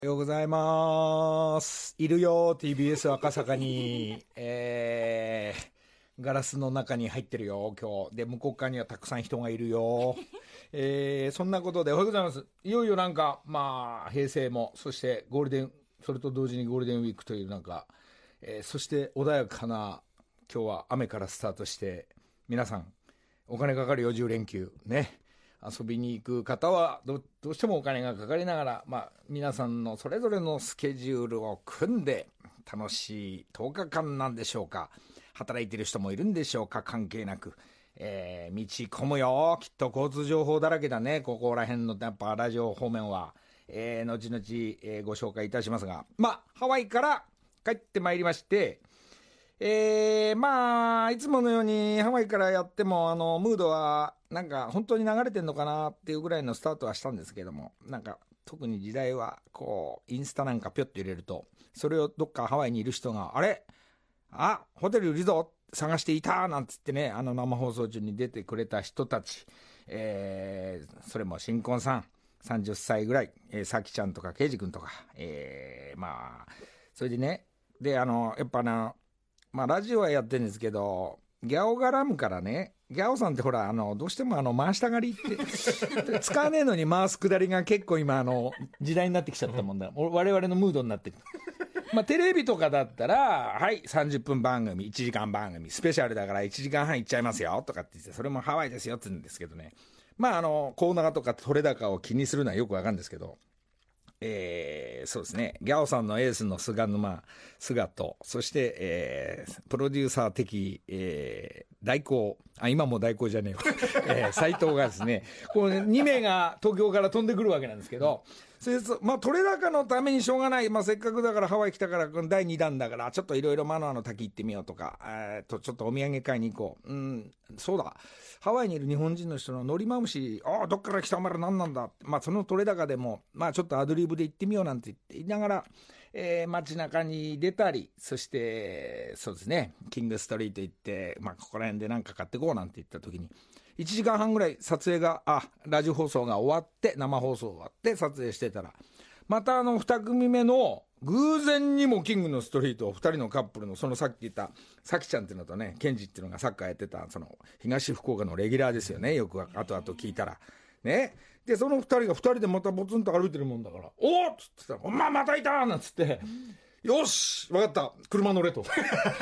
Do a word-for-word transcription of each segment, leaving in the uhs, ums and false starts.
おはようございます。いるよ ティービーエス 赤坂に、えー、ガラスの中に入ってるよ今日で、向こう側にはたくさん人がいるよ、えー、そんなことでおはようございます。いよいよなんかまあ平成も、そしてゴールデン、それと同時にゴールデンウィークというなんか、えー、そして穏やかな今日は雨からスタートして、皆さんお金かかるよじゅう連休ね、遊びに行く方は ど, どうしてもお金がかかりながら、まあ、皆さんのそれぞれのスケジュールを組んで楽しいとおかかんなんでしょうか。働いてる人もいるんでしょうか。関係なく、えー、道混むよ。きっと交通情報だらけだね、ここら辺のやっぱラジオ方面は、えー、後々、えー、ご紹介いたしますが、まあハワイから帰ってまいりまして、えー、まあいつものようにハワイからやってもあのムードはなんか本当に流れてんのかなっていうぐらいのスタートはしたんですけども、なんか特に時代はこうインスタなんかぴょっと入れると、それをどっかハワイにいる人があれあホテルいるぞ探していたなんつってね、あの生放送中に出てくれた人たち、えー、それも新婚さんさんじゅっさいぐらい、えー、さきちゃんとかけいじ君とか、えー、まあそれでね、であのやっぱな、まあラジオはやってるんですけど、ギャオがらむからね、ギャオさんってほらあのどうしてもあの回したがりって使わねえのに回すくだりが結構今あの時代になってきちゃったもんだ。我々のムードになってる。まあテレビとかだったらはいさんじゅっぷん番組いちじかん番組スペシャルだからいちじかんはんいっちゃいますよとかって言って、それもハワイですよって言うんですけどね、まああのコーナーとか取れ高を気にするのはよくわかるんですけど、えー、そうですね、ギャオさんのエースの菅沼菅と、そして、えー、プロデューサー的、えー、代行、あ今も代行じゃねえよ、えー、斉藤がですね、こうに名が東京から飛んでくるわけなんですけど、それまあ取れ高のためにしょうがない、まあ、せっかくだからハワイ来たからだいにだんだからちょっといろいろマノアの滝行ってみようとか、えー、とちょっとお土産買いに行こう、うん、そうだハワイにいる日本人の人ののりまむし、ああどっから来たお前ら何なんだって、まあ、その取れ高でもまあちょっとアドリブで行ってみようなんて言って言いながら、えー、街中に出たり、そしてそうですねキングストリート行って、まあ、ここら辺で何か買ってこうなんて言った時にいちじかんはんぐらい撮影があラジオ放送が終わって生放送終わって撮影してたら、またあのに組目の偶然にもキングのストリートをふたりのカップルの、そのさっき言ったさきちゃんっていうのとねケンジっていうのがサッカーやってたその東福岡のレギュラーですよね、よく後々聞いたらね。でそのふたりがふたりでまたポツンと歩いてるもんだからおっつってたら、お前またいたなんつって、うん、よし分かった車乗れと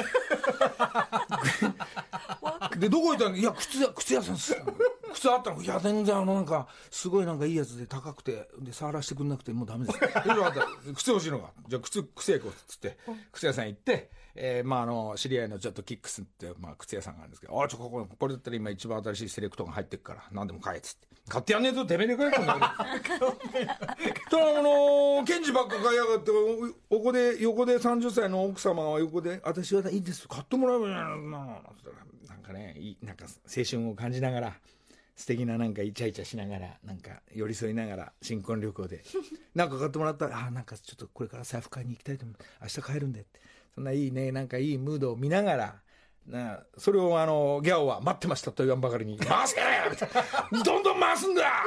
でどこ行ったの、いや靴屋靴屋さんです靴あったの、いや全然あのなんかすごいなんかいいやつで高くてで触らせてくんなくてもうダメです分かった靴欲しいのか、じゃあ靴靴屋行こうっつって靴屋さん行って、えー、まああの知り合いのちょっとキックスって、まあ、靴屋さんがあるんですけど、あちょこここれだったら今一番新しいセレクトが入ってるから何でも買えっつって、買ってやんねえとてめえで買えっこんだけどただあのケンジばっか買いやがって、おこで横でさんじゅっさいの奥様は横で私はいいです買ってもらえばいいななんかね、いいなんか青春を感じながら素敵ななんかイチャイチャしながらなんか寄り添いながら新婚旅行でなんか買ってもらったらあなんかちょっとこれから財布買いに行きたいと思う明日帰るんでって、そんないいねなんかいいムードを見ながらな、それをあのギャオは待ってましたと言わんばかりに回せどんどん回すんだ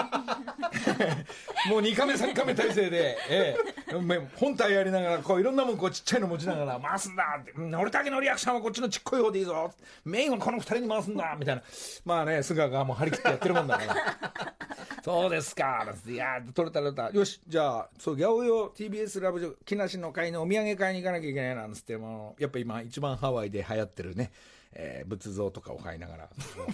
もうにカメさんカメ体制で、ええ、本体やりながらこういろんなもんこうちっちゃいの持ちながら回すんだって、俺だけのリアクションはこっちのちっこい方でいいぞ、メインはこのふたりに回すんだみたいな、まあね菅がもう張り切ってやってるもんだからそうですかなんて、いや取れた取れた、よしじゃあそうギャオ用 ティービーエス ラブジョ木梨の会のお土産買いに行かなきゃいけないなんつって、もうやっぱ今一番ハワイで流行ってるね、えー、仏像とかを買いながら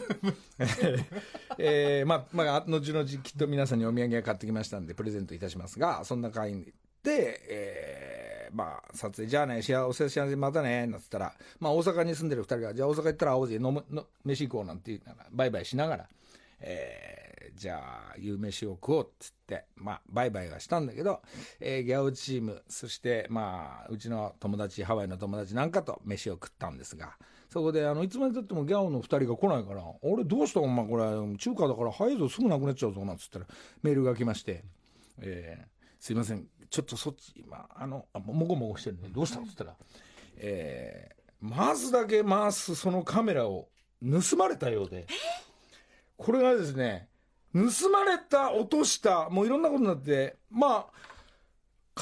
えー、まあまあ後々きっと皆さんにお土産買ってきましたんでプレゼントいたしますが、そんな会で、えー、まあ撮影じゃあね幸せ幸せまたねなんつったら、まあ大阪に住んでるふたりがじゃあ大阪行ったら会おうぜ飲むの飯行こうなんて言うならバイバイしながら、えー、じゃあ夕飯を食おうっつってまあバイバイはしたんだけど、えー、ギャオチームそしてまあうちの友達ハワイの友達なんかと飯を食ったんですが、そこであのいつまでたってもギャオのふたりが来ないから、俺どうしたお前これ中華だから早いぞすぐなくなっちゃうぞなんつったらメールが来まして、えー、すいませんちょっとそっち今あのあもごもごしてるねどうしたっつったら、えー、回すだけ回すそのカメラを盗まれたようで、これがですね盗まれた落としたもういろんなことになって、まあ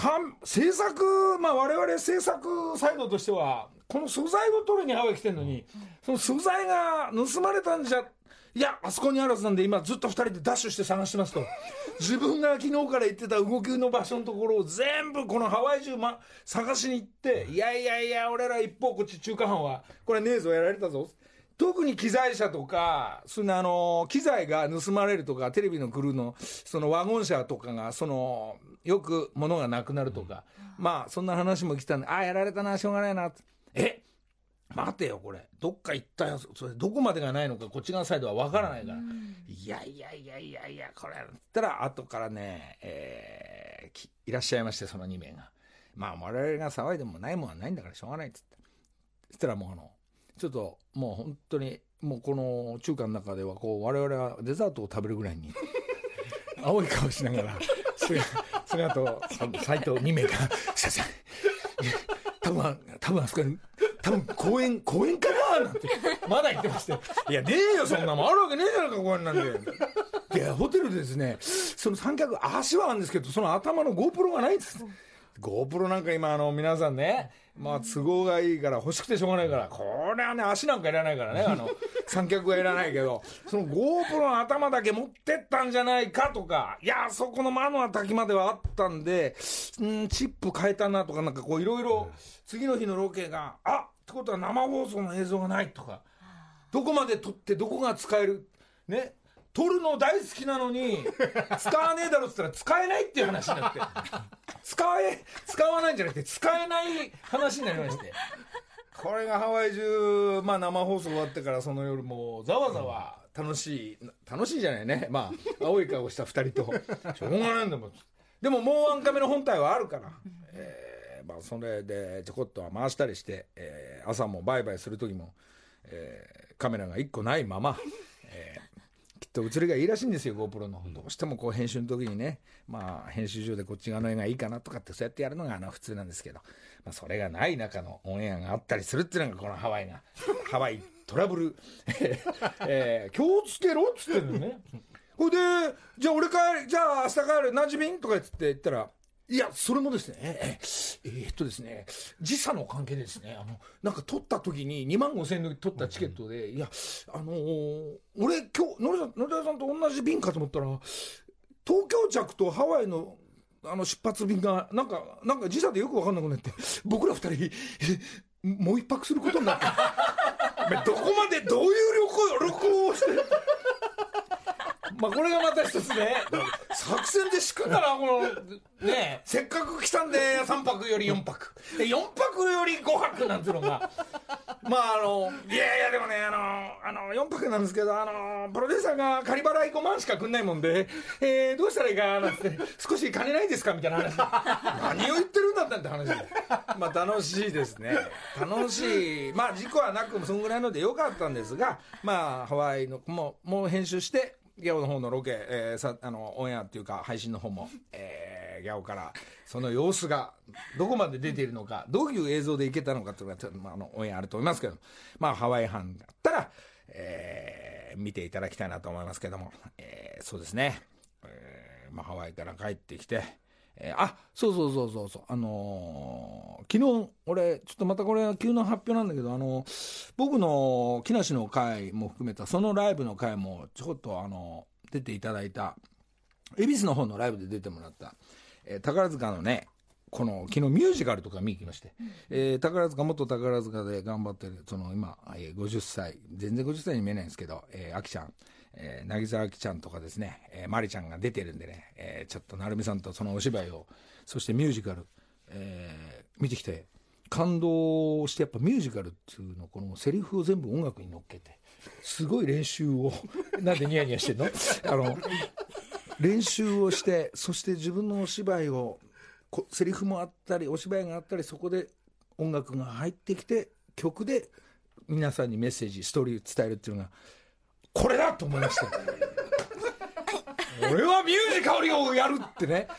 か制作、まあ我々制作サイドとしてはこの素材を取りにハワイ来てるのに、その素材が盗まれたんじゃ、いやあそこにあるはずなんで今ずっとふたりでダッシュして探してますと自分が昨日から言ってた動きの場所のところを全部このハワイ中、ま、探しに行って、いやいやいや俺ら一方こっち中華班はこれねえぞやられたぞ、特に機材車とかそんなあの機材が盗まれるとか、テレビのクルーのそのワゴン車とかがそのよく物がなくなるとか、まあそんな話も来たんで、ああやられたなしょうがないなって、え待てよこれどっか行ったよ、それどこまでがないのかこっち側サイドは分からないから、いやいやいやいやいやこれったら後からね、えー、いらっしゃいまして、そのにめいが、まあ我々が騒いでもないもんはないんだからしょうがないっつって、そしたらもうあのちょっともう本当にもうこの中華の中ではこう我々はデザートを食べるぐらいに青い顔しながら菅と斉藤にめいがささ多分多分あそこに多分公園公園かななんてまだ言ってまして、いやねえよそんなもんあるわけねえじゃないか公園なんで、いやホテルでですね、その三脚足はあるんですけどその頭の GoPro がないんです。 GoPro なんか今あの皆さんね、まあ都合がいいから欲しくてしょうがないから、これはね足なんかいらないからね、あの三脚はいらないけどその GoPro の頭だけ持ってったんじゃないかとか、いやそこの魔の滝まではあったんで、んチップ変えたなとか、なんかこういろいろ次の日のロケがあってことは生放送の映像がないとか、どこまで撮ってどこが使えるね、撮るの大好きなのに使わねえだろっつったら使えないっていう話になって使え使わないんじゃなくて使えない話になりまして、これがハワイ中、まあ、生放送終わってからその夜もうざわざわ楽しい楽しいじゃないね、まあ青い顔したふたりとしょうがないんだもん、でももうワンカメの本体はあるから、えーまあ、それでちょこっと回したりして、えー、朝もバイバイする時も、えー、カメラがいっこないまま、えーきっと写りがいいらしいんですよ GoPro の、どうしてもこう編集の時にね、まあ編集上でこっち側の絵がいいかなとかってそうやってやるのがあの普通なんですけど、まあ、それがない中のオンエアがあったりするっていうのがこのハワイがハワイトラブル、えー、気をつけろっつってるのねこれでじゃあ俺帰る、じゃあ明日帰る何時便とか言って言ったら、いやそれもですねえー、えー、っとですね時差の関係でですね、あのなんか取った時ににまんごせんえんで取ったチケットで、いやあのー、俺今日のりたさんと同じ便かと思ったら東京着とハワイのあの出発便がなんかなんか時差でよく分かんなくなって、僕らふたりもう一泊することになってどこまでどういう旅行旅行をしてまあこれがまた一つね作戦で敷くんだなこのね、せっかく来たんでさんぱくよりよんぱくでよんぱくよりごはくなんていうのがまああのいやいやでもねあのあのよんぱくなんですけど、あのプロデューサーが仮払いごまんしかくんないもんで、えー、どうしたらいいかなんて少し金ないですかみたいな話何を言ってるんだったんって話で、まあ楽しいですね、楽しい、まあ事故はなくそんぐらいのでよかったんですが、まあハワイのもうもう編集してギャオの方のロケ、えー、さあのオンエアっていうか配信の方も、えー、ギャオからその様子がどこまで出ているのか、どういう映像でいけたのかというのが、まあ、あのオンエアあると思いますけど、まあハワイ班だったら、えー、見ていただきたいなと思いますけども、えー、そうですね、えーまあ、ハワイから帰ってきて、えー、あそうそうそうそうそうあのー、昨日俺ちょっとまたこれは急な発表なんだけど、あのー、僕の木梨の会も含めたそのライブの会もちょこっとあのー、出ていただいた恵比寿の方のライブで出てもらった、えー、宝塚のねこの昨日ミュージカルとか見に来まして、うんえー、宝塚元宝塚で頑張ってるその今、えー、ごじゅっさい全然ごじゅっさいに見えないんですけど、えー、あきちゃんえー、渚あきちゃんとかですね、えー、まりちゃんが出てるんでね、えー、ちょっと成美さんとそのお芝居をそしてミュージカル、えー、見てきて感動して、やっぱミュージカルっていうのこのセリフを全部音楽に乗っけてすごい練習をなんでニヤニヤしてんのあの練習をして、そして自分のお芝居をこセリフもあったりお芝居があったり、そこで音楽が入ってきて曲で皆さんにメッセージストーリーを伝えるっていうのがこれだと思いました俺はミュージカルをやるってね、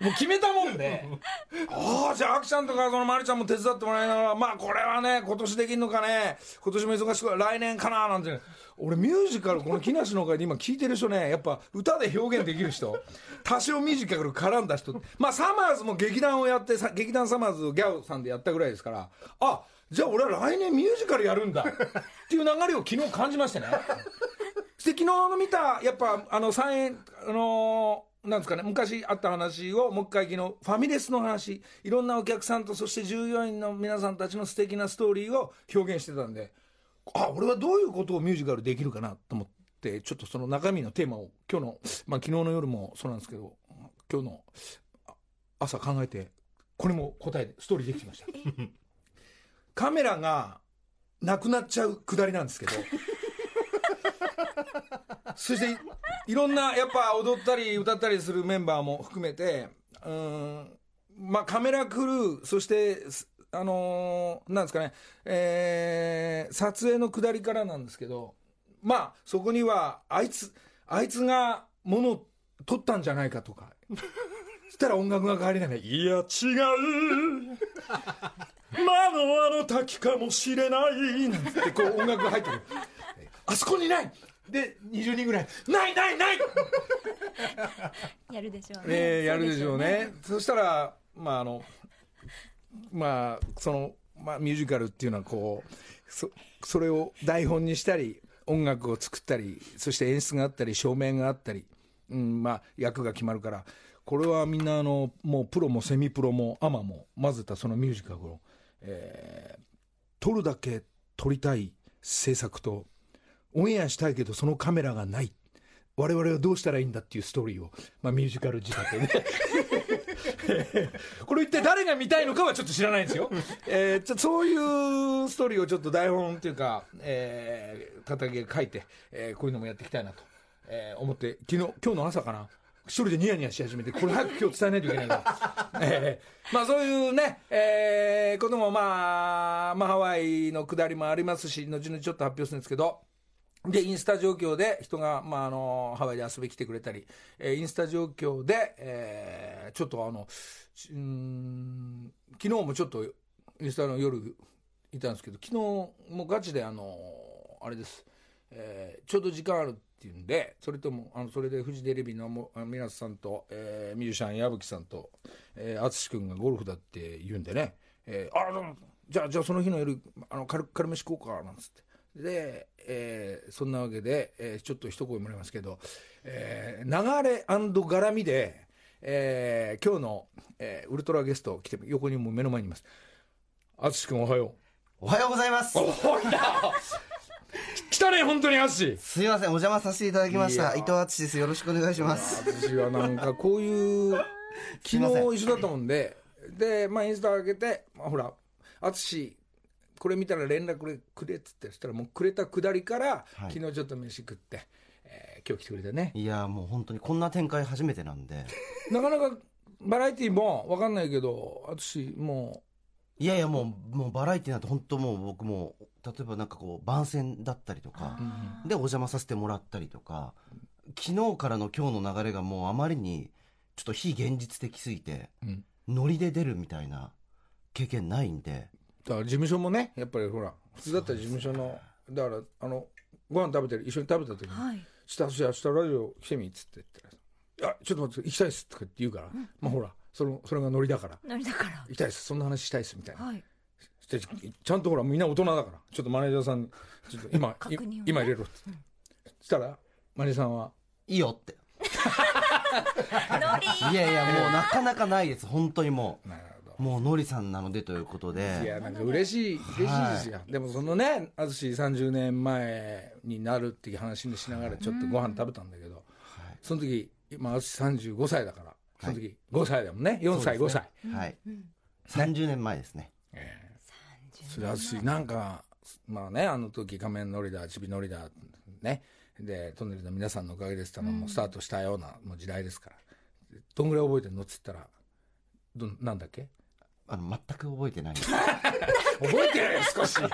もう決めたもんでああじゃあアキちゃんとかそのマリちゃんも手伝ってもらいながら、まあこれはね今年できんのかね、今年も忙しく来年かななんて、俺ミュージカルこの木梨の会で今聞いてる人ね、やっぱ歌で表現できる人、多少ミュージカル絡んだ人、まあサマーズも劇団をやって劇団サマーズをギャオさんでやったぐらいですから、あじゃあ俺は来年ミュージカルやるんだっていう流れを昨日感じましてね。で昨日の見たやっぱあの三円あのーなんですかね、昔あった話をもう一回昨日ファミレスの話、いろんなお客さんとそして従業員の皆さんたちの素敵なストーリーを表現してたんで、あ俺はどういうことをミュージカルできるかなと思って、ちょっとその中身のテーマを今日の、まあ、昨日の夜もそうなんですけど今日の朝考えて、これも答えでストーリーできてましたカメラがなくなっちゃうくだりなんですけどそしていろんなやっぱ踊ったり歌ったりするメンバーも含めて、うーんまあカメラクルー、そしてあのー、なんですかね、えー、撮影の下りからなんですけど、まあそこにはあいつあいつが物を撮ったんじゃないかとかそしたら音楽が変わりながら、いや違う窓あの滝かもしれないなんてこう音楽が入ってるあそこにないでにじゅうにんぐらいないないないやるでしょうね、 えー、やるでしょうね。そしたらまああのまあその、まあ、ミュージカルっていうのはこう そ, それを台本にしたり音楽を作ったり、そして演出があったり照明があったり、うんまあ、役が決まるから、これはみんなあのもうプロもセミプロもアマも混ぜたそのミュージカルを、えー、撮るだけ撮りたい制作と、オンエアしたいけどそのカメラがない、我々はどうしたらいいんだっていうストーリーを、まあ、ミュージカル仕立てでこれ一体誰が見たいのかはちょっと知らないんですよ、えー、ちょそういうストーリーをちょっと台本っていうか、えー、叩きで書いて、えー、こういうのもやっていきたいなと、えー、思って、昨日今日の朝かな、一人でニヤニヤし始めて、これ早く今日伝えないといけないな、えー、まあそういうね、えー、こともまあ、まあハワイの下りもありますし、後々ちょっと発表するんですけど、でインスタ状況で人が、まあ、あのハワイで遊び来てくれたり、えー、インスタ状況で、えー、ちょっとあのうーん昨日もちょっとインスタの夜いたんですけど、昨日もガチであのあれです、えー、ちょうど時間あるっていうんで、それともあのそれでフジテレビのも皆さんと、えー、ミュージシャン矢吹さんと淳君がゴルフだって言うんでね、えー、あどうもじゃあじゃあその日の夜あの軽軽飯行こうかなんつって。で、えー、そんなわけで、えー、ちょっと一声もらいますけど、えー、流れ&絡みで、えー、今日の、えー、ウルトラゲスト来て、横にも目の前にいます。淳君おはよう。おはようございます。 おいだ来たね、本当に淳。 すいません、お邪魔させていただきました。伊藤淳です。よろしくお願いします。 淳はなんかこういう昨日一緒だったもんで、で、まあ、インスタ上げて、まあ、ほら淳これ見たら連絡くれっつって、そしたらもうくれたくだりから、はい、昨日ちょっと飯食って、えー、今日来てくれたね。 いやもう本当にこんな展開初めてなんでなかなかバラエティも分かんないけど、私もういやいやもう、もうバラエティなんて本当もう僕も例えばなんかこう番宣だったりとかでお邪魔させてもらったりとか、昨日からの今日の流れがもうあまりにちょっと非現実的すぎて、うん、ノリで出るみたいな経験ないんで、 だから事務所もね、やっぱりほら普通だったら事務所のだからあのご飯食べてる一緒に食べた時に、はい、ちょっと私明日ラジオ来てみっつって言ったら、いやちょっと待って行きたいっすとかって言うから、うん、まあほらそのそれがノリだからノリだから行きたいっす、そんな話したいっすみたいな、はい、ちゃんとほらみんな大人だから、ちょっとマネージャーさんちょっと今今入れろって、うん、そしたらマネージャーさんはいいよっていやいやもうなかなかないです、本当にもうもうノリさんなのでということで、 いやなんか嬉しい嬉しいですよ、はい、でもそのね淳さんじゅうねんまえになるっていう話にしながらちょっとご飯食べたんだけど、はい、その時今淳さんじゅうごさいだから、その時ごさいだもんね、よんさい、ね、ごさい、 はい、うん、さんじゅうねんまえですね、 えー、それ淳なんかまあね、あの時仮面ノリだちびノリだねでトンネルの皆さんのおかげですってのもスタートしたようなもう時代ですから、どんぐらい覚えてるのっつったらどなんだっけ、 あの全く覚えてない覚えてない少し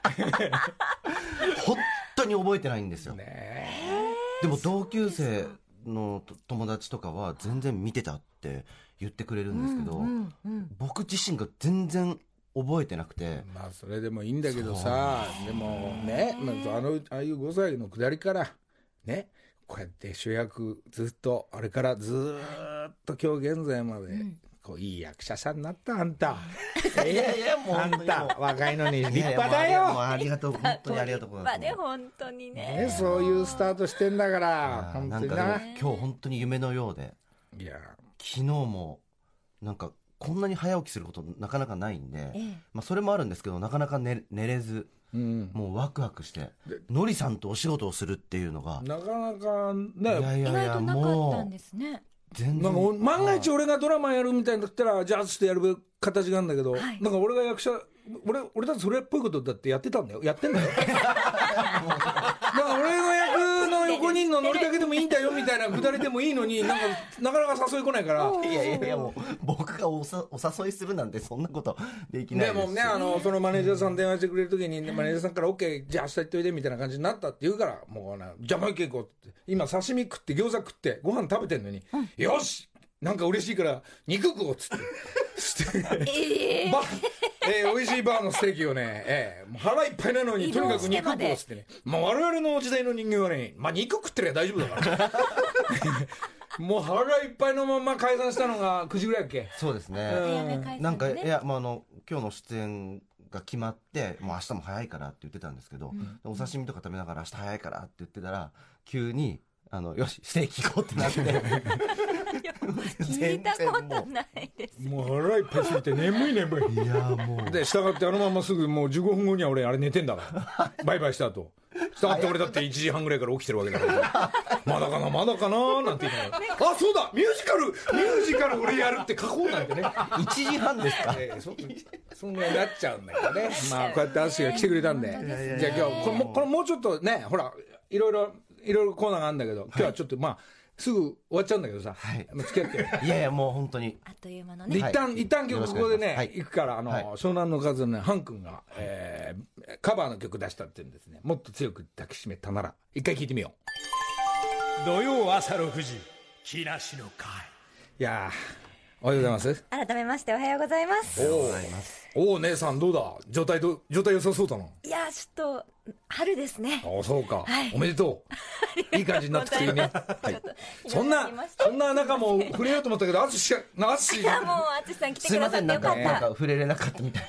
本当に覚えてないんですよ、ね、でも同級生の友達とかは全然見てたってって言ってくれるんですけど、 うんうんうん、 僕自身が全然覚えてなくて。 まあそれでもいいんだけどさ、でもね、まあ、あのああいうごさいのくだりからね、こうやって主役ずっとあれからずっと今日現在まで、うん、こういい役者さんになったあんた。 いやいやもうあんた若いのに立派だよ。 もうありがとう、本当にありがとうございます。 立派で本当に ね, ねそういうスタートしてんだから本当に な, なんか今日本当に夢のようで、いや昨日もなんかこんなに早起きすることなかなかないんで、ええ、まあ、それもあるんですけどなかなか 寝, 寝れず、うん、もうワクワクしてのりさんとお仕事をするっていうのがなかなかね、 いやいやいや、意外となかったんですね。 全然なんか万が一俺がドラマやるみたいだったらじゃあしてやる形があるんだけど、はい、なんか俺が役者俺, 俺だってそれっぽいことだってやってたんだよやってんだよだから俺の役の横にいるの乗りだけでもいいんだよみたいなくだりでもいいのになんかなかなか誘い来ないからいやいやいやもう僕が お, さお誘いするなんてそんなことできないですし。 でもねあのそのマネージャーさん電話してくれる時に、ね、マネージャーさんから OK じゃあ明日行っといでみたいな感じになったって言うからもう、ね、じゃあもう一軒行こうって今刺身食って餃子食ってご飯食べてんのに、うん、よしなんか嬉しいから肉食おうっつってえーばえー、美味しいバーのステーキをね、えー、もう腹いっぱいなのにとにかく肉食おうっつってね、まあ、我々の時代の人間はね、まあ、肉食ってりゃ大丈夫だからもう腹いっぱいのまま解散したのがくじぐらいだっけ。 そうですね、うん、なんかいや、まあ、あの今日の出演が決まってもう明日も早いからって言ってたんですけど、うん、お刺身とか食べながら明日早いからって言ってたら急にあのよしステーキ行こうってなって聞いたことないですもう腹いっぱいすぎて眠い眠いいやもうで従ってあのまますぐもうじゅうごふんごには俺あれ寝てんだからバイバイした後従って俺だっていちじはんぐらいから起きてるわけだからまだかなまだかななんて言いながらあそうだミュージカルミュージカル俺やるって書こうなんてねいちじはんですか、 えー、そ, そんなになっちゃうんだけどねまあこうやって淳が来てくれたんでじゃあ今日これもこれもうちょっとねほらいろいろいろいろコーナーがあるんだけど今日はちょっとまあすぐ終わっちゃうんだけどさ、はい、付き合っていやいやもう本当にあっという間のね一旦、はい、一旦今日ここでね、はい、行くからあの、はい、湘南の風のねハン君が、えー、カバーの曲出したっていうんですね。もっと強く抱きしめたなら一回聞いてみよう。土曜朝ろくじ木梨の会。いやおはようございます。 改めましておはようございます。 おおお姉さんどうだ状態ど状態良さそうだな。 いやちょっと春ですね。 ああそうか、はい、おめでとういい感じになってきていいね、はい、そんなそんな中も触れようと思ったけど淳が淳いやもう淳さん来てくださってよかった。 なんか触れれなかったみたい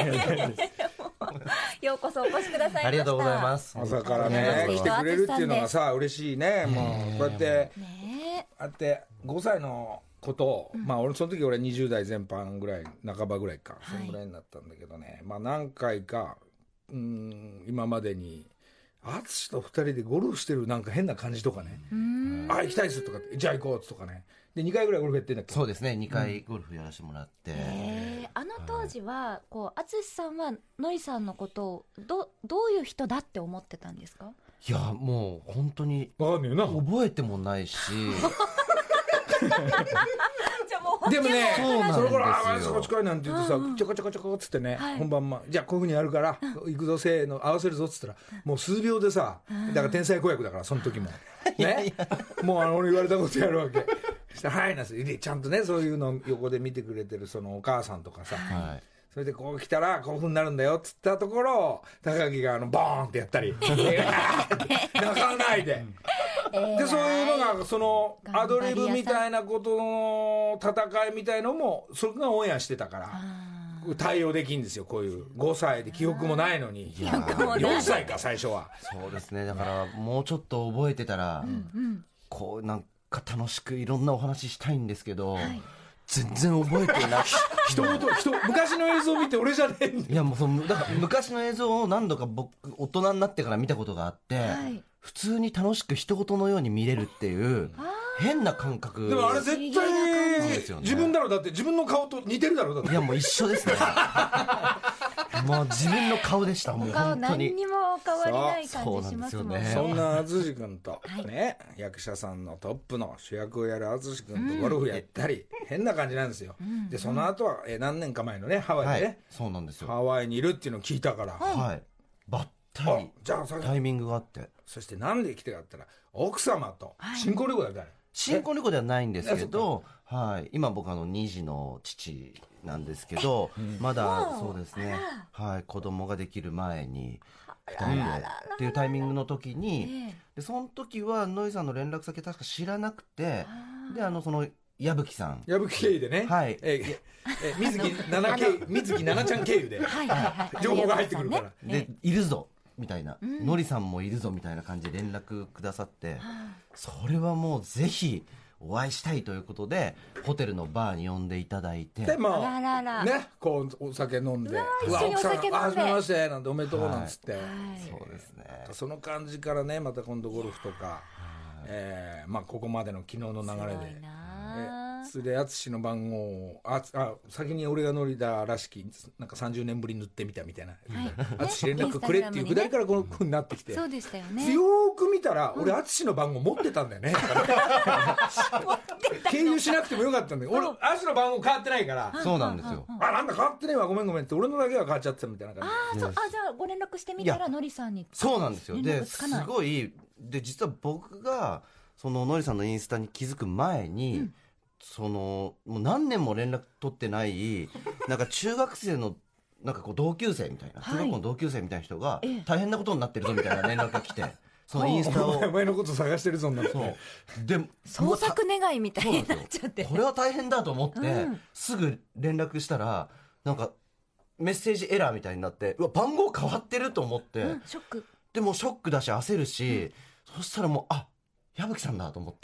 ようこそお越しくださいました。 ありがとうございます。 朝からね来てくれるっていうのがさ嬉しいね。もうこうやってあってごさいのことを、うん、まあ俺その時俺にじゅう代前半ぐらい半ばぐらいか、はい、そのぐらいになったんだけどね、まあ何回かうーん今までに淳とふたりでゴルフしてるなんか変な感じとかね、あ行きたいですとかじゃあ行こうとかねでにかいぐらいゴルフやってんだっけ。 そうですねにかいゴルフやらせてもらって、うんえー、あの当時はこう淳さんはのりさんのことを ど, どういう人だって思ってたんですか。 いやもう本当に覚えてもないしでもねその頃ああそこ近いなんて言うとさ、うんうん、ちょこちょこちょこっつってね、はい、本番まじゃあこういう風にやるから、うん、行くぞせーの合わせるぞっつったらもう数秒でさだから天才子役だからその時もねもうあの俺言われたことやるわけはいなんすでちゃんとねそういうの横で見てくれてるそのお母さんとかさ、はい、それでこう来たらこういう風になるんだよっつったところ高木があのボーンってやったり泣かないででそういうのがそのアドリブみたいなことの戦いみたいのもそれがオンエアしてたから対応できるんですよ。こういうごさいで記憶もないのにいやよんさいか最初は。 そうですねだからもうちょっと覚えてたら、うんうん、こうなんか楽しくいろんなお話ししたいんですけど、はい、全然覚えてない人ごと人昔の映像を見て俺じゃねえんだよ。 いやもうそのだから昔の映像を何度か僕大人になってから見たことがあって、はい普通に楽しく人事のように見れるっていう変な感覚。 でもあれ絶対自分だろうだって自分の顔と似てるだろうだって。 いやもう一緒ですねもう自分の顔でしたもう本当に何にも変わりない感じしますもんね。 そんな淳君とね、はい、役者さんのトップの主役をやる淳君とゴルフやったり、うん、変な感じなんですよ、うん、でその後はえ何年か前のねハワイでね、はい、 そうなんですよハワイにいるっていうのを聞いたから、 はい、バッタリタイミングがあってそしてなんで来てかったら奥様と新婚旅行だったら、はい新婚旅行ではないんですけど、はい、今僕あのに児の父なんですけど、まだそうですね、はい、子供ができる前にふたりでっていうタイミングの時に、でその時はノイさんの連絡先確か知らなくて、であのその矢吹さん、 矢吹経由でね、 はい、 ええ水木奈々経由、水木奈々ちゃん経由で情報が入ってくるから、 でいるぞみたいな、のりさんもいるぞみたいな感じで連絡くださって、それはもうぜひお会いしたいということでホテルのバーに呼んでいただいて、 でまあららあね、こうお酒飲んで、 一緒にお酒飲んで、 あはじめましてなんておめでとうなんつって、 そうですね、 その感じからね、また今度ゴルフとか、えー、まあここまでの昨日の流れで、それで淳の番号をああ先に俺が乗りだらしきなんかさんじゅうねんぶりに塗ってみたみたいな、淳、はい、連絡くれっていうくだりからこの風になってきて、 そうでしたよね。 よーく見たら俺淳の番号持ってたんだよね。経由しなくてもよかったんだけど、俺淳の番号変わってないから、 そうなんですよ。 あ、なんだ変わってねえわ、ごめんごめんって、俺のだけは変わっちゃってたみたいな感じ。 あそう、あじゃあご連絡してみたらのりさんに。 そうなんですよ。ですごいで、実は僕がそののりさんのインスタに気づく前に、うん、そのもう何年も連絡取ってないなんか中学生のなんかこう同級生みたいな、中学校の同級生みたいな人が大変なことになってるぞみたいな連絡が来て、そのインスタをお前のこと探してるぞになって、 で捜索願いみたいになっちゃって、 これは大変だと思って、うん、すぐ連絡したらなんかメッセージエラーみたいになって、うわ番号変わってると思って、うん、 ショックでもショックだし焦るし、うん、そしたらもうあ矢吹さんだと思って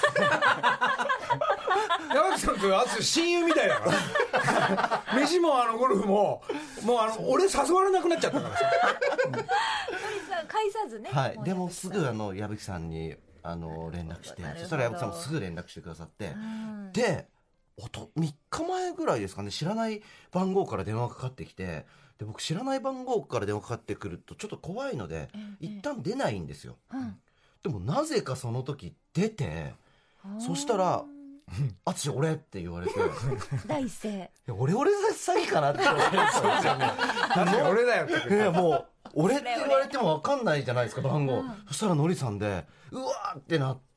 矢吹さんと淳親友みたいだから飯もあのゴルフももうあの俺誘われなくなっちゃったからさ返さずね、 はい、でもすぐあの矢吹さんにあの連絡して、そしたら矢吹さんもすぐ連絡してくださって、でおとみっかまえぐらいですかね、知らない番号から電話がかかってきて、で僕知らない番号から電話かかってくるとちょっと怖いので、うん、一旦出ないんですよ、うん、でもなぜかその時出て、そしたら「あつし俺」って言われて第一声俺俺詐欺かなって思って俺だよっていやもう俺って言われても分かんないじゃないですか番号、うん、そしたらのりさんでうわーってなって、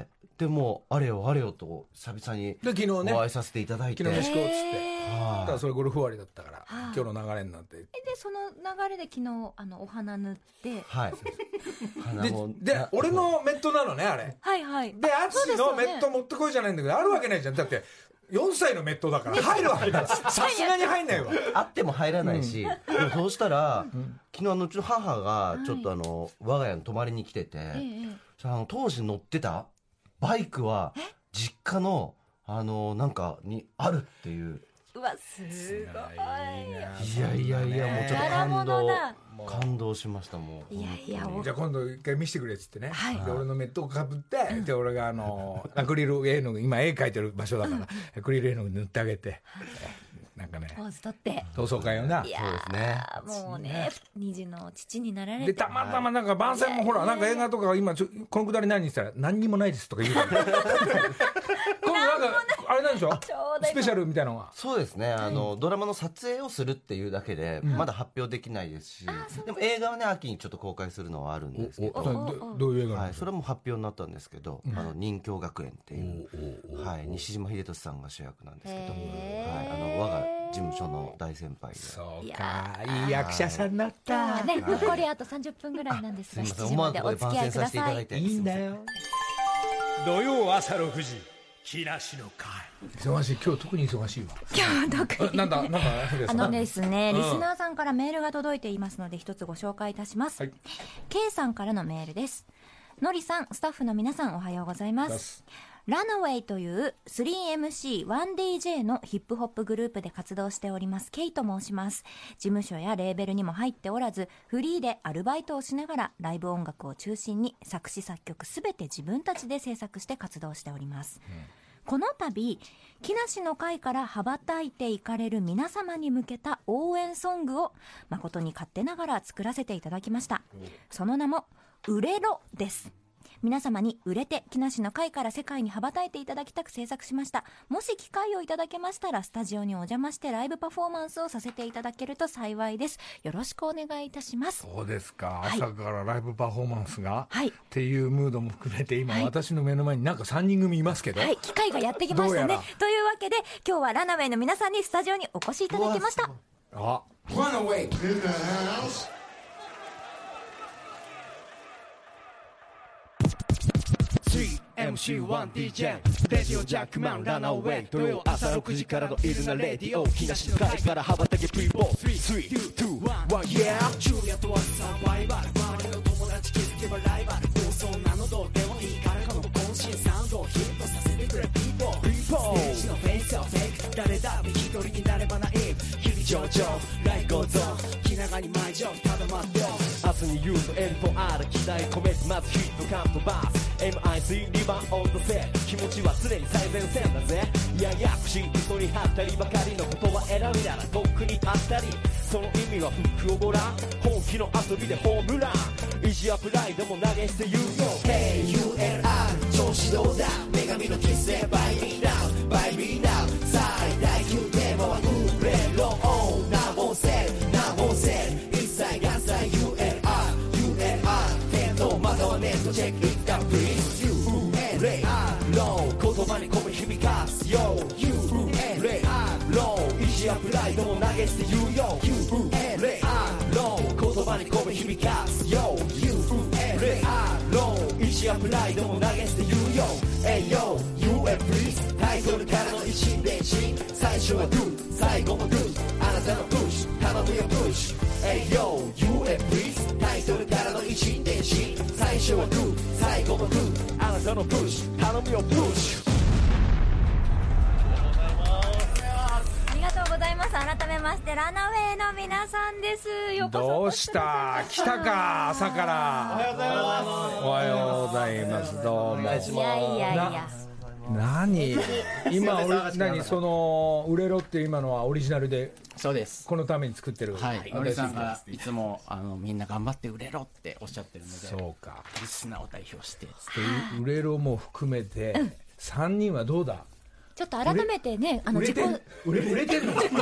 でもあれよあれよと久々にお会いさせていただいて、 昨日飯食おうっつって、だからそれゴルフ終わりだったから今日の流れになって、でその流れで昨日あのお花塗って、 はい花もでで俺のメットなのねあれ、 はいはいで淳のメット持ってこいじゃないんだけど、あるわけないじゃん、だってよんさいのメットだから入るわけださすがに入んないわ、 あっても入らないし、うん、でもそうしたら、うん、昨日あのうちの母がちょっとあの、はい、我が家に泊まりに来てて、ええ、あの当時乗ってたバイクは実家のあのなんかにあるっていう。 うわすごい。 いやいやいやもうちょっと感動感動しましたもう。 いやいやじゃあ今度一回見せてくれっつってね、はい、で俺のメットをかぶって、うん、で俺があのアクリル絵の具今絵描いてる場所だから、うん、アクリル絵の具塗ってあげて、なんかねポーズ取って同窓会をな、 いやそうですね、もうね二児の父になられて、 でたまたまなんか番宣もほらなんか映画とか今ちょこのくだり何にしたら何にもないですとか言うから今度なんかあれなんでしょスペシャルみたいなのが。 そうですね、あの、うん、ドラマの撮影をするっていうだけで、うん、まだ発表できないですし、うん、でも映画はね秋にちょっと公開するのはあるんですけど、 ど, どういう映画なんですか。 はい、それも発表になったんですけど、うん、あの任侠学園っていう、はい、西島秀俊さんが主役なんですけど、はい、あの我が事務所の大先輩で。 そうか、いい役者さんになった。 ね、残りあとさんじゅっぷんぐらいなんですが、しちじまでお付き合いください。 いいんだよ。土曜朝ろくじ、木梨の会。忙しい、今日特に忙しいわ。 今日特に。 なんだなんだあのですね、リスナーさんからメールが届いていますので一つご紹介いたします。はい、K さんからのメールです。のりさん、スタッフの皆さんおはようございます。ラナウェイという スリーエムシー、ワンディージェー のヒップホップグループで活動しておりますケイと申します。事務所やレーベルにも入っておらず、フリーでアルバイトをしながらライブ音楽を中心に作詞作曲すべて自分たちで制作して活動しております、うん、この度木梨の会から羽ばたいていかれる皆様に向けた応援ソングを誠に勝手ながら作らせていただきました。その名も売れろです。 皆様に売れて木梨の会から世界に羽ばたいていただきたく制作しました。もし機会をいただけましたらスタジオにお邪魔してライブパフォーマンスをさせていただけると幸いです。よろしくお願いいたします。 そうですか、 はい、 朝からライブパフォーマンスが、 はい、 っていうムードも含めて今、 はい、 私の目の前になんかさんにん組いますけど、 はい、機会がやってきましたね。というわけで今日はラナウェイの皆さんにスタジオにお越しいただきました。 あ、 Runaway in the house。 スリーエムシーワンディージェー レディオジャックマンランナーウェイ土曜朝ろくじからのイルナレディオ木梨の会から羽ばたけプリボースリー、ツー、ワン、yeah ジュリアとはサバイバル周りの友達気づけばライバル放送なのどうでもいいからこの渾身サウンドをヒットさせてくれピーポーピーポーステージのフェイスをフェイク誰だ一人になればナイーブ日々上々ライゴーゾーン気長に毎日ただ待ってよ明日に言うと エルフォーアール 期待込めてまずヒットカウントバース エムアイスリー リバーオンドセット気持ちは常に最前線だぜややこしい嘘に張ったりばかりの言葉選びならとっくに立ったりその意味はフックをごらん本気の遊びでホームラン意地やプライドも投げ捨て言うよ Hey ユーエルアール 調子どうだ女神のキスで By me now By me now 最大級テーマは売れろ何本せ何本せ一切合切 ユーエルアール ユーエルアール 天皇またはネットチェック It got please ユーエルアール 言葉に込め響かすよ ユーエルアール 意地やプライドも投げ捨て言うよ ユーエルアール 言葉に込め響かすよ ユーエルアール 意地やプライドも投げ捨て言うよ Hey yo ユーエル please タイトルからの一心伝心最初は Do 最後も Do あなたのプッシュ頼むよプッシュ Hey yo ユーエル please タイトルからの一心伝心最初は Do 最後も Do あなたのプッシュ頼むよプッシュありがとうございます。改めましてラナウェイの皆さんです。ようこそどうした来たか朝からおはようございますおはようございますどうもいやいやいや何今俺何その売れろって今のはオリジナルでそうです。 このために作ってるはい。のりさんがいつもあのみんな頑張って売れろっておっしゃってるので、 そうかリスナーを代表してで売れろも含めて、うん、さんにんはどうだちょっと改めてねあの自己売れ売れてんのどう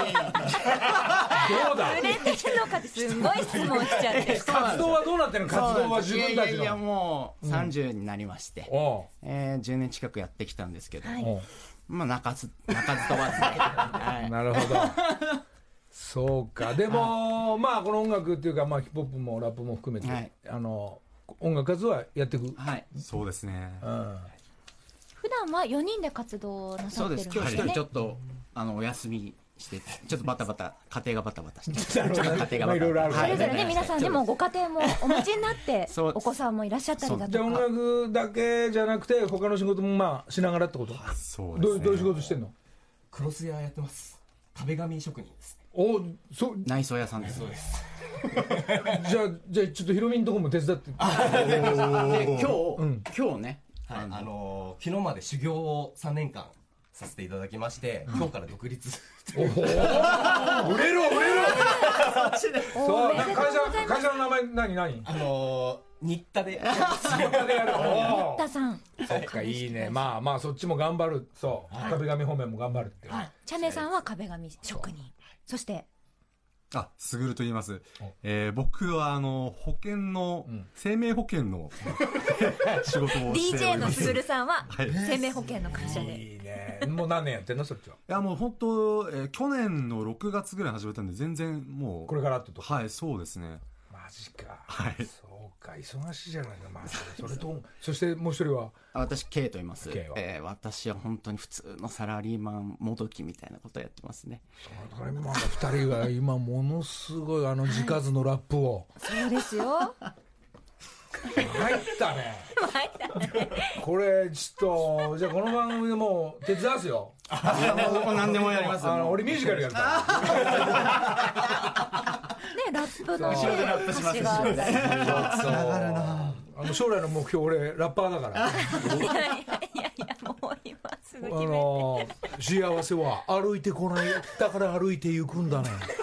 だ売れてるのかってすごい質問しちゃって活動はどうなってるの活動は自分たちのいやいやもうさんじゅうになりまして、うんえー、じゅうねん近くやってきたんですけど、はい、まあ鳴かず鳴かず飛ばずで、はい、 なるほどそうかでもまあこの音楽っていうかまあヒップホップもラップも含めて、はい、あの音楽活動はやっていくはいそうですね、 うん普段はよにんで活動なさってるんですね。 そうです。今日一人ちょっとあのお休みしてちょっとバタバタ家庭がバタバタしてちょっと家庭がバタバタ、 いろいろあるそれぞれね皆さんでもご家庭もお持ちになってお子さんもいらっしゃったりだとか。 音楽だけじゃなくて他の仕事もまあしながらってこと。 そうですね。 どうどういう仕事してんの？ クロス屋やってます。壁紙職人です。 おそ内装屋さんです。 そうです。 じゃあじゃあちょっとヒロミのとこも手伝って。 で今日、うん、今日ね。 はい、あのー、昨日まで修行をさんねんかんさせていただきまして、うん、今日から独立おお売れろ売れろそう会社会社の名前何何あのー、新田で新田でやる新田さんそっかいいねまあまあそっちも頑張るそう、はい、壁紙方面も頑張るって、はい、 チャメさんは壁紙職人そしてあ、すぐると言います。えー、僕はあの保険の、うん、生命保険の仕事をしております。 ディージェー のすぐるさんは、はい、生命保険の会社で。 いいね。もう何年やってんのそっちは？ いやもう本当、えー、去年のろくがつぐらい始めたんで全然もうこれからってとはいそうですね。 マジか。 はい。 そうか忙しいじゃないか。まあそれとそしてもう一人は私 K と言います。K は、えー、私は本当に普通のサラリーマンもどきみたいなことをやってますね。 サラリーマンがふたりが今ものすごいあの字数のラップを。 そうですよ。 参ったね。 参ったね。 これちょっとじゃあこの番組でもう手伝わすよ。 何でもやりますよ。 あの俺ミュージカルやるから。 ねラップの後ろでラップしますし。 つながるな。あの将来の目標俺ラッパーだから。 いやいやいやいやもう今すぐ決めて。 あの幸せは歩いてこないだから歩いて行くんだね。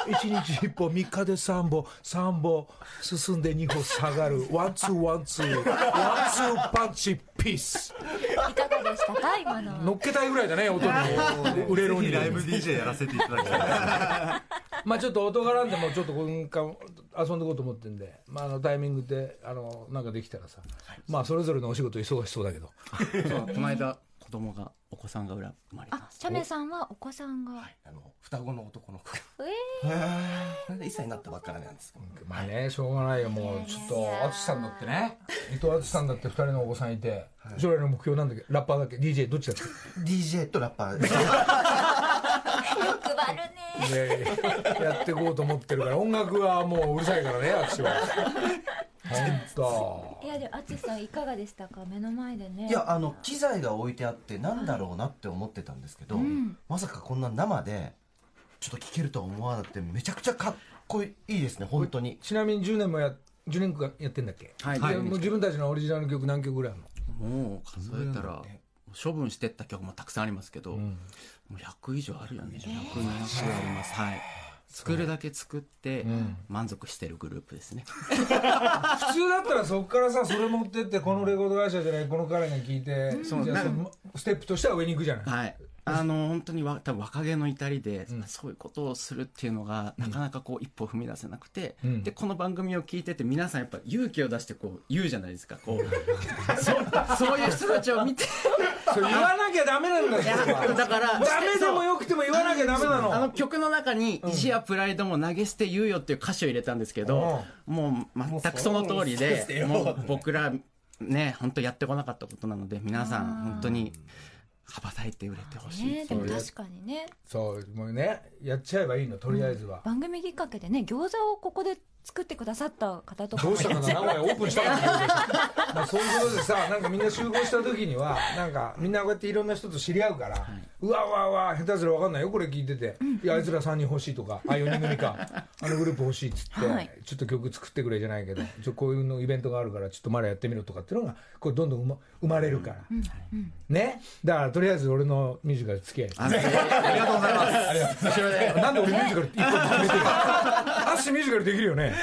いちにちいっぽみっかでさんぼさんぼ進んでにほ下がるワンツーワンツーワンツーパンチピース。 いかがでしたか今の。 乗っけたいぐらいだね音に。売れるにライブ ディージェー やらせていただきたい。 まあちょっと音絡んでもちょっと今回遊んでいこうと思ってんで、まあ、あのタイミングであのなんかできたらさ、まあそれぞれのお仕事忙しそうだけど。 そうこの間子供がお子さんが生まれたんです。 チャメさんはお子さんが、 はい、あの双子の男の子がえこれでいっさいになったばっかりなんですけど、 まあねしょうがないよもうちょっと淳さんだってね伊藤淳さんだってふたりのお子さんいて、将来の目標なんだっけラッパーだっけ ディージェー どっちだっけディージェー とラッパーですー、欲張るね。 ねやっていこうと思ってるから音楽はもううるさいからね淳は本当。 いやでも淳さんいかがでしたか目の前でね。 いやあの機材が置いてあってなんだろうなって思ってたんですけど、 んまさかこんな生でちょっと聴けるとは思わなくてめちゃくちゃかっこいいですね本当に。 ちなみにじゅうねんもやじゅうねんかんやってんだっけ。 はいでもう自分たちのオリジナル曲何曲ぐらいあるの。 もう数えたら処分してった曲もたくさんありますけど、もうひゃく以上あるよね。ひゃく、にひゃくあります。はい。作るだけ作って満足してるグループですね。 普通だったらそこからさそれ持ってってこのレコード会社じゃないこの彼が聴いて、じゃあそのステップとしては上に行くじゃない。 はい。あの本当にわ多分若気の至りで、うん、そういうことをするっていうのがなかなかこう一歩踏み出せなくて、うん、でこの番組を聞いてて皆さんやっぱ勇気を出してこう言うじゃないですかこうそ, そういう人たちを見てそれ言わなきゃダメなんだよ。 だからダメでもよくても言わなきゃダメなの。 あの曲の中に意地やプライドも投げ捨て言うよっていう歌詞を入れたんですけど、うん、もう全くその通りでもう僕らね本当やってこなかったことなので皆さん本当に羽ばたいて売れてほしい、 ね、でも確かにねそうもうねやっちゃえばいいのとりあえずは、 うん、番組きっかけでね餃子をここで作ってくださった方とかどうしたかな名古屋オープンしたかなまあそういうことでさなんかみんな集合した時にはなんかみんなこうやっていろんな人と知り合うから、はい、うわうわうわ下手すら分かんないよこれ聞いてて、うん、いやあいつらさんにん欲しいとかあよにん組かあのグループ欲しいっつって、はい、ちょっと曲作ってくれじゃないけどちょこういうのイベントがあるからちょっとまだやってみろとかっていうのがこれどんどん生 ま, 生まれるから、うんうん、ねだからとりあえず俺のミュージカル付き合いありがとうございますありがとうございますなんで俺ミュージカル一本決めてるアッシュミュージカルできるよね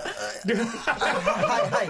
はいはい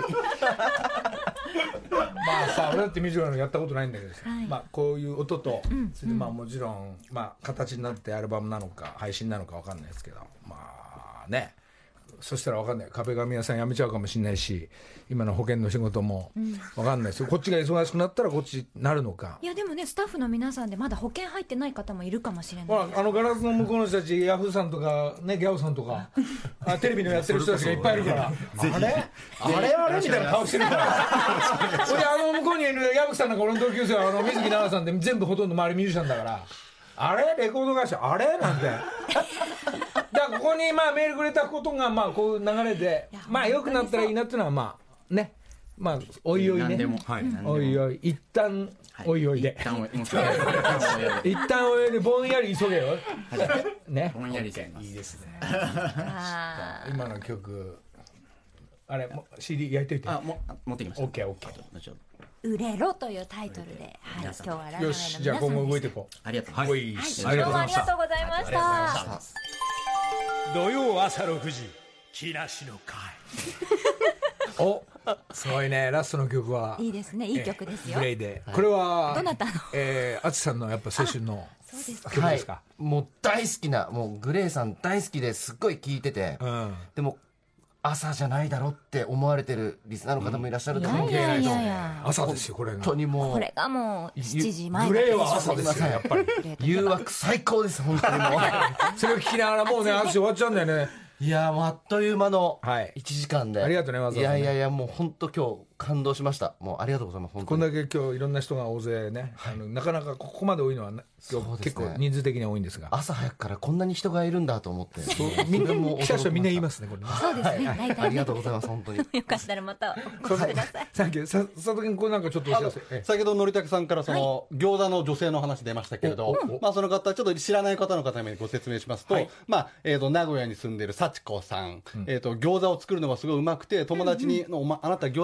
まあさ俺だってミュージカルやったことないんだけどさ、 はい、 まあこういう音と、 うんそれでまあもちろん、まあ、形になってアルバムなのか配信なのか分かんないですけどまあねそしたら分かんない壁紙屋さん辞めちゃうかもしれないし今の保険の仕事も分かんないですよ、うん、こっちが忙しくなったらこっちになるのか。 いやでもねスタッフの皆さんでまだ保険入ってない方もいるかもしれない、 まあ、あのガラスの向こうの人たちヤフーさんとか、ね、ギャオさんとかあテレビのやってる人たちがいっぱいいるからあれあれあれみたいな顔してるからそれであの向こうにいるヤフーさんなんか俺の同級生はあの水木奈々さんで全部ほとんど周りミュージシャンだからあれレコード会社あれなんてだからここにまあメールくれたことがまあこういう流れでまあ良くなったらいいなっていうのはまあねまあおいおいねおいおい一旦おいおいで一旦おい一旦おいおいでぼんやり急げよねぼんやりしていいですね今の曲あれ シーディー 焼いといてあも持ってきましたオッケーオッケー売れろというタイトルで、はい、今日はラナウェイの皆さんよしじゃあ今後動いていこうありがとうございます、 はいはい、どうもありがとうございました土曜朝ろくじ木梨の会おすごいねラストの曲はいいですねいい曲ですよグレイでこれはどなたのえー、淳さんのやっぱ青春のそうですか曲ですか、 はい、もう大好きなもうグレイさん大好きですっごい聴いてて、うん、でも朝じゃないだろって思われてるリスナーの方もいらっしゃると思うんですけど、 いやいやいやいや朝ですよこれが本当にもうこれがもうしちじまえグレーは朝ですよやっぱり誘惑最高です本当にもうそれを聞きながらもうね淳終わっちゃうんだよねいやもうあっという間のいちじかんで、 はい、ありがとうねわざわざねいやいやいやもう本当今日感動しましたもうありがとうございます本当にこんだけ今日いろんな人が大勢ね、はい、あのなかなかここまで多いのは今日、ね、結構人数的には多いんですが朝早くからこんなに人がいるんだと思ってみんなも来た人みんな言いますねこれねそうですね、はい、大体ねありがとうございます本当によかったらまたお越しくださいサンキューさ佐藤君これなんかちょっとお知らせ先ほどのりたけさんからその、はい、餃子の女性の話出ましたけれど、まあ、その方ちょっと知らない方の方にご説明しますと、はいまあえー、と名古屋に住んでいる幸子さん、うんえー、と餃子を作るのがすごいうまくて友達に、うんうん、あなた餃子やりな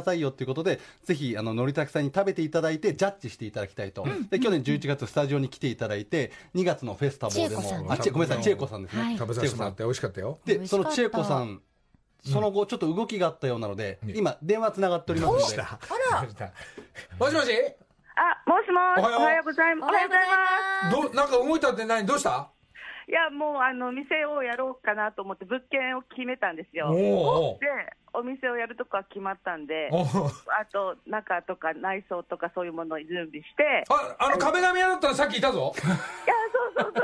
ださいよっていうことで、ぜひあののりたけさんに食べていただいてジャッジしていただきたいと、うん、で去年じゅういちがつスタジオに来ていただいて、にがつのフェスタボーでも、あちごめんなさい、千恵子さんですね、はい、 食べさせてもらって美味しかったよ。 でその千恵子さん、その後ちょっと動きがあったようなので、うん、今電話つながっておりますので、 あらもしもし、 あ、もしもし、 おはよう、 おはようございます。おはようございます。 どなんか動いたって何、どうした？ いや、もうあの店をやろうかなと思って物件を決めたんですよ。 おで、お店をやるとこは決まったんで、あと中とか内装とかそういうものを準備して。 あ、あの壁紙屋だったらさっきいたぞ。 いや、そうそうそう。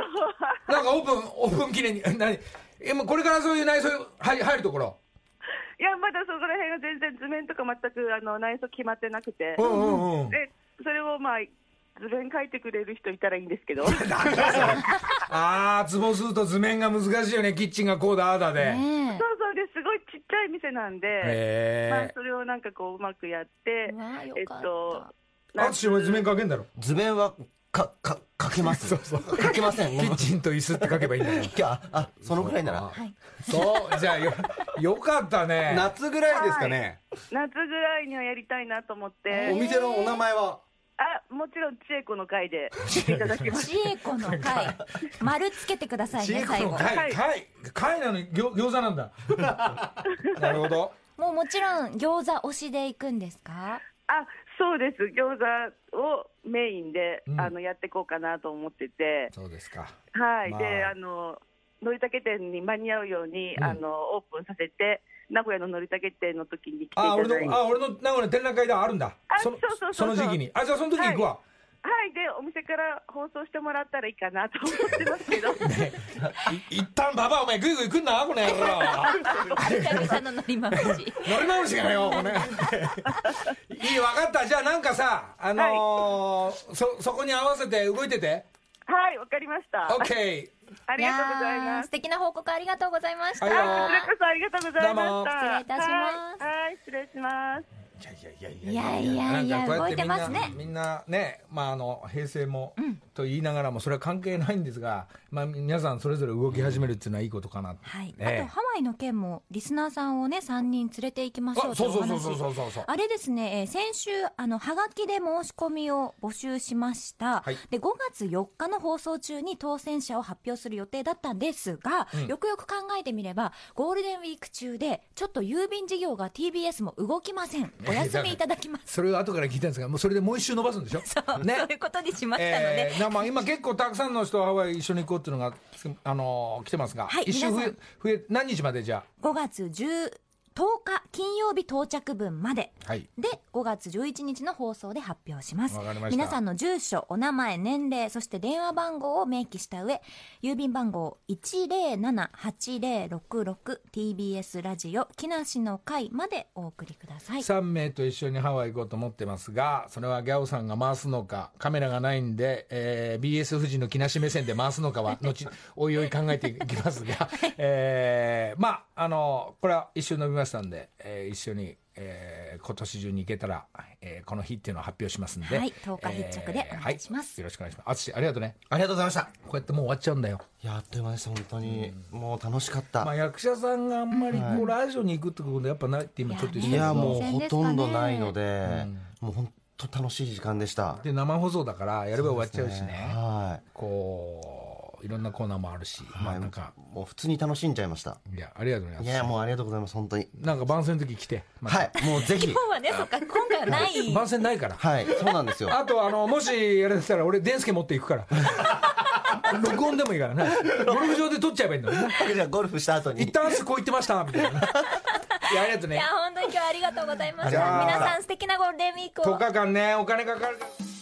なんかオープンオープン記念に何？え、もうこれからそういう内装入入るところ。 いや、まだそこら辺が全然図面とか全くあの内装決まってなくて、 うんうんうん、 でそれをまあ図面描いてくれる人いたらいいんですけど。 ああ、ツボすると図面が難しいよね。キッチンがこうだああだで、 ね、そうそう、ですごいちっちゃい店なんで、まあ、それをなんかこううまくやって、えっとあつしも図面描けんだろ。 図面はかか書けます。 そうそう、 書けません。 キッチンと椅子って書けばいいんだよ。 ああ、そのぐらいなら、はい、 そうじゃあ よ, よかったね。 夏ぐらいですかね、 はい、夏ぐらいにはやりたいなと思って。 お店のお名前は？ あ、もちろん千恵子の会でしていただきます。 千恵子の会、丸つけてくださいね、最後。 会、会、会なのに餃子なんだ。なるほど。 もうもちろん餃子推しで行くんですか？ あ、そうです。餃子をメインで、うん、あのやっていこうかなと思ってて。 そうですか。 はい。まあ、で、あののりたけ店に間に合うように、うん、あのオープンさせて。名古屋ののりたけ店の時に来ていただいて。あ、俺の、 あ、俺の名古屋展覧会であるんだ。 あ、そうそうそう。 その時期に。あ、じゃあその時に行くわ。 はい、はい、で、お店から放送してもらったらいいかなと思ってますけど。ね、 い一旦ババアお前グイグイ来んな、この野郎。 久々の乗り回し。 乗り回しがよ、これ。いい、わかった。じゃあなんかさ、あのーはい、そ、そこに合わせて動いてて。 はい、わかりました。 オッケー。 ありがとうございます。 素敵な報告ありがとうございました。 こちらこそありがとうございました。 失礼いたします。 はい、失礼します。 いやいやいやいやいやいや、動いてますね。みんなね、まああの平成もと言いながらもそれは関係ないんですが、まあ皆さんそれぞれ動き始めるっていうのはいいことかな。 はい。あとハワイの件もリスナーさんをねさんにん連れて行きましょうというお話。そうそうそうそうそう。あれですね、先週あのハガキで申し込みを募集しました。でごがつよっかの放送中に当選者を発表する予定だったんですが、よくよく考えてみればゴールデンウィーク中でちょっと郵便事業が ティービーエス も動きません。お休みいただきます。 それを後から聞いたんですが、もうそれでもう一周伸ばすんでしょ。 そう、ね、そういうことにしましたので、 えー、まあ今結構たくさんの人はハワイ一緒に行こうっていうのが、あのー、来てますが、はい、一周増え増え何日までじゃあごがつじゅうとおか金曜日到着分まで、はい、でごがつじゅういちにちの放送で発表します。皆さんの住所、お名前、年齢、そして電話番号を明記した上、郵便番号 いちぜろななはちぜろろくろく ティービーエス ラジオ木梨の会までお送りください。 さんめいと一緒にハワイ行こうと思ってますが、それはギャオさんが回すのか、カメラがないんで、えー、ビーエス 富士の木梨目線で回すのかは後おいおい考えていきますが、えー、まああのこれは一周伸びましたんで、えー、一緒に、えー、今年中に行けたら、えー、この日っていうのを発表しますんで、 はい、とおか必着でお願いします、 えーはい、よろしくお願いします。あつしありがとうね。 ありがとうございました。 こうやってもう終わっちゃうんだよ。 いや、あっという間でした。本当に、うん、もう楽しかった。 まあ、役者さんがあんまりこう、はい、ラジオに行くってことやっぱないって今ちょっと言ってたけど、 いやもうほとんどないので、うん、もう本当楽しい時間でした。 で生放送だからやれば終わっちゃうしね、 ね、はい、 こういろんなコーナーもあるし、 はい、まあなんかもう普通に楽しんじゃいました。 いや、ありがとうございます。 いや、もうありがとうございます。本当になんか番宣の時来て、 ま、はい、もうぜひ今日はね、そっか、今回はない番宣ないから。 はい、そうなんですよ。 あとあのもしやれてたら俺デンスケ持っていくから録音でもいいからね、ゴルフ場で撮っちゃえばいいんだもんね。 じゃあゴルフした後に一旦こう言ってましたみたいな。いや、ありがとうね。 いや、本当に今日はありがとうございました。皆さん素敵なゴールデンウィークを。 とおかかんね、お金かかる。